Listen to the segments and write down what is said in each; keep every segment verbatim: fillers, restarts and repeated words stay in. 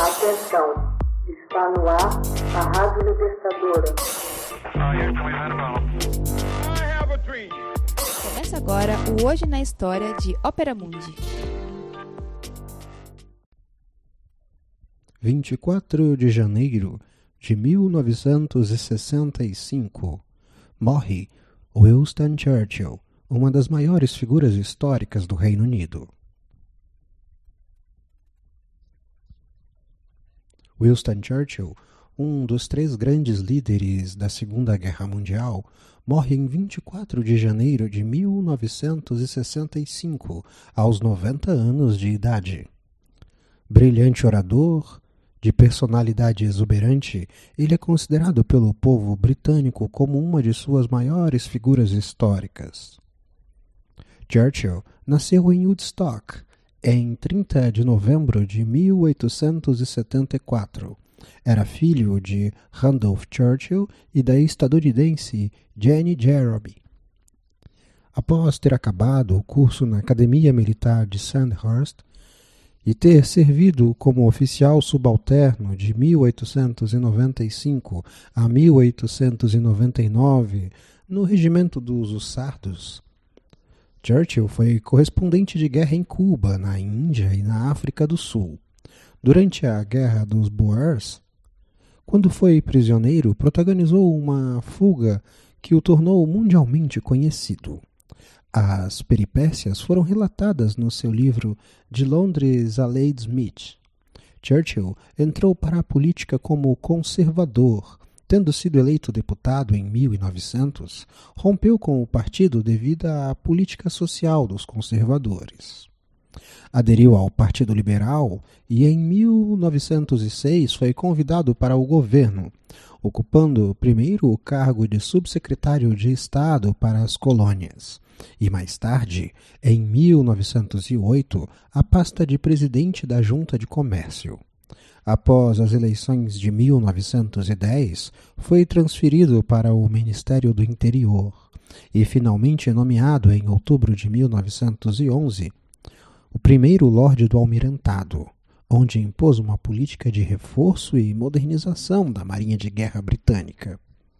Atenção, está no ar a Rádio Libertadora. Começa agora o Hoje na História de Ópera Mundi. vinte e quatro de janeiro de mil novecentos e sessenta e cinco, morre Winston Churchill, uma das maiores figuras históricas do Reino Unido. Winston Churchill, um dos três grandes líderes da Segunda Guerra Mundial, morre em vinte e quatro de janeiro de mil novecentos e sessenta e cinco, aos noventa anos de idade. Brilhante orador, de personalidade exuberante, ele é considerado pelo povo britânico como uma de suas maiores figuras históricas. Churchill nasceu em Woodstock, em trinta de novembro de mil oitocentos e setenta e quatro. Era filho de Randolph Churchill e da estadunidense Jenny Jerome. Após ter acabado o curso na Academia Militar de Sandhurst e ter servido como oficial subalterno de mil oitocentos e noventa e cinco a mil oitocentos e noventa e nove no regimento dos Hussardos, Churchill foi correspondente de guerra em Cuba, na Índia e na África do Sul. Durante a Guerra dos Boers, quando foi prisioneiro, protagonizou uma fuga que o tornou mundialmente conhecido. As peripécias foram relatadas no seu livro De Londres a Ladysmith. Churchill entrou para a política como conservador. Tendo sido eleito deputado em mil e novecentos, rompeu com o partido devido à política social dos conservadores. Aderiu ao Partido Liberal e em mil novecentos e seis foi convidado para o governo, ocupando primeiro o cargo de subsecretário de Estado para as colônias e mais tarde, em mil novecentos e oito, a pasta de presidente da Junta de Comércio. Após as eleições de mil novecentos e dez, foi transferido para o Ministério do Interior e finalmente nomeado em outubro de mil novecentos e onze o primeiro Lorde do Almirantado, onde impôs uma política de reforço e modernização da Marinha de Guerra Britânica.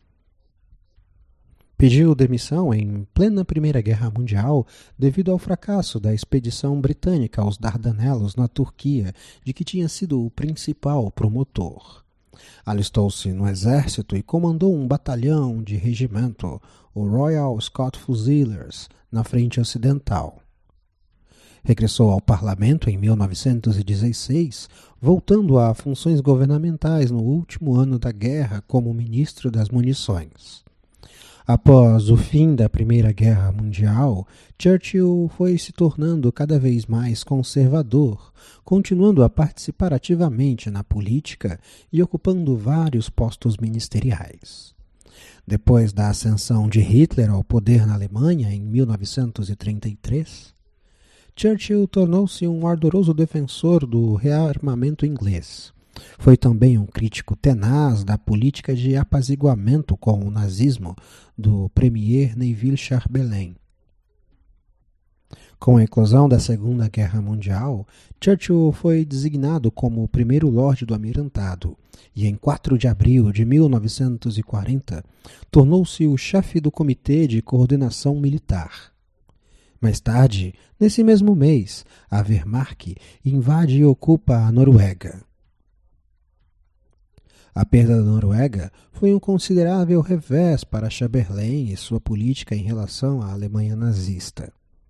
Pediu demissão em plena Primeira Guerra Mundial devido ao fracasso da expedição britânica aos Dardanelos, na Turquia, de que tinha sido o principal promotor. Alistou-se no exército e comandou um batalhão de regimento, o Royal Scots Fusiliers, na frente ocidental. Regressou ao parlamento em mil novecentos e dezesseis, voltando a funções governamentais no último ano da guerra como ministro das munições. Após o fim da Primeira Guerra Mundial, Churchill foi se tornando cada vez mais conservador, continuando a participar ativamente na política e ocupando vários postos ministeriais. Depois da ascensão de Hitler ao poder na Alemanha em mil novecentos e trinta e três, Churchill tornou-se um ardoroso defensor do rearmamento inglês. Foi também um crítico tenaz da política de apaziguamento com o nazismo do premier Neville Chamberlain. Com a eclosão da Segunda Guerra Mundial, Churchill foi designado como o primeiro Lorde do Almirantado e, em quatro de abril de mil novecentos e quarenta, tornou-se o chefe do Comitê de Coordenação Militar. Mais tarde, nesse mesmo mês, a Wehrmacht invade e ocupa a Noruega. A perda da Noruega foi um considerável revés para Chamberlain e sua política em relação à Alemanha nazista.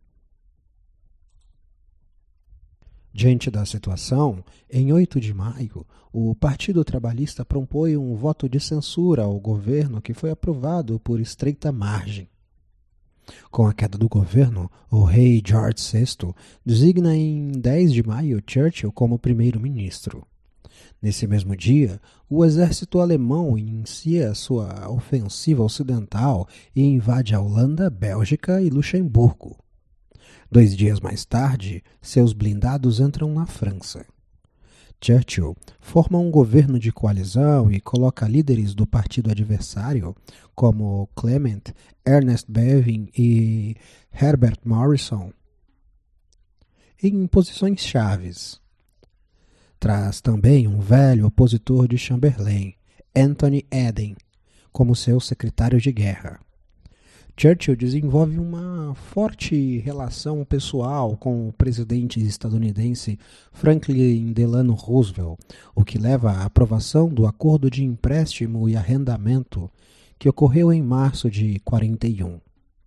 Diante da situação, em oito de maio, o Partido Trabalhista propõe um voto de censura ao governo que foi aprovado por estreita margem. Com a queda do governo, o rei George sexto designa em dez de maio Churchill como primeiro-ministro. Nesse mesmo dia, o exército alemão inicia sua ofensiva ocidental e invade a Holanda, Bélgica e Luxemburgo. Dois dias mais tarde, seus blindados entram na França. Churchill forma um governo de coalizão e coloca líderes do partido adversário, como Clement, Ernest Bevin e Herbert Morrison, em posições chaves. traz também um velho opositor de Chamberlain, Anthony Eden, como seu secretário de guerra. Churchill desenvolve uma forte relação pessoal com o presidente estadunidense Franklin Delano Roosevelt, o que leva à aprovação do acordo de empréstimo e arrendamento que ocorreu em março de quarenta e um.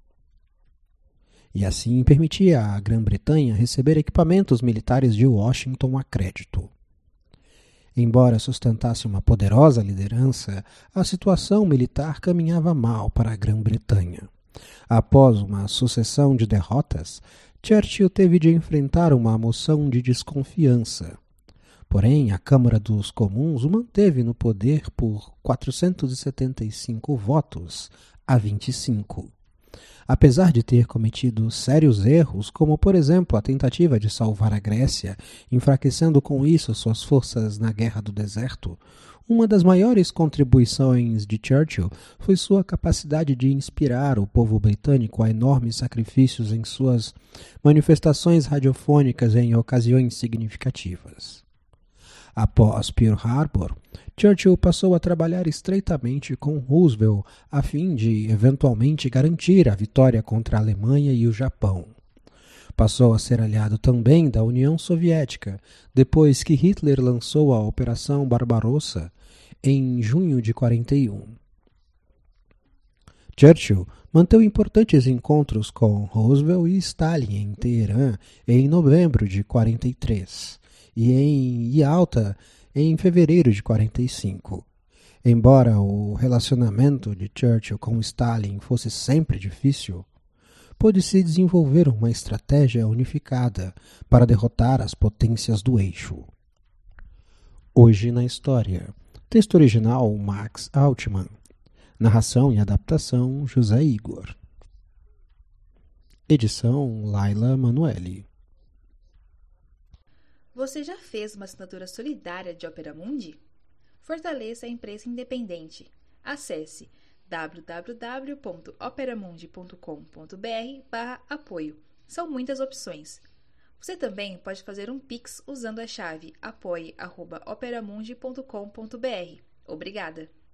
E assim permitia à Grã-Bretanha receber equipamentos militares de Washington a crédito. Embora sustentasse uma poderosa liderança, a situação militar caminhava mal para a Grã-Bretanha. Após uma sucessão de derrotas, Churchill teve de enfrentar uma moção de desconfiança. Porém, a Câmara dos Comuns o manteve no poder por quatrocentos e setenta e cinco votos a vinte e cinco. Apesar de ter cometido sérios erros, como por exemplo a tentativa de salvar a Grécia, enfraquecendo com isso suas forças na Guerra do Deserto, uma das maiores contribuições de Churchill foi sua capacidade de inspirar o povo britânico a enormes sacrifícios em suas manifestações radiofônicas em ocasiões significativas. Após Pearl Harbor, Churchill passou a trabalhar estreitamente com Roosevelt a fim de, eventualmente, garantir a vitória contra a Alemanha e o Japão. Passou a ser aliado também da União Soviética, depois que Hitler lançou a Operação Barbarossa em junho de quarenta e um. Churchill manteve importantes encontros com Roosevelt e Stalin em Teherã em novembro de quarenta e três e em Yalta em fevereiro de quarenta e cinco. Embora o relacionamento de Churchill com Stalin fosse sempre difícil, pôde-se desenvolver uma estratégia unificada para derrotar as potências do eixo. Hoje na História. Texto original Max Altman. Narração e adaptação José Igor. Edição Laila Manoeli. Você já fez uma assinatura solidária de Opera Mundi? Fortaleça a imprensa independente. Acesse w w w ponto operamundi ponto com ponto b r barra apoio. São muitas opções. Você também pode fazer um Pix usando a chave apoie arroba operamundi ponto com ponto b r. Obrigada!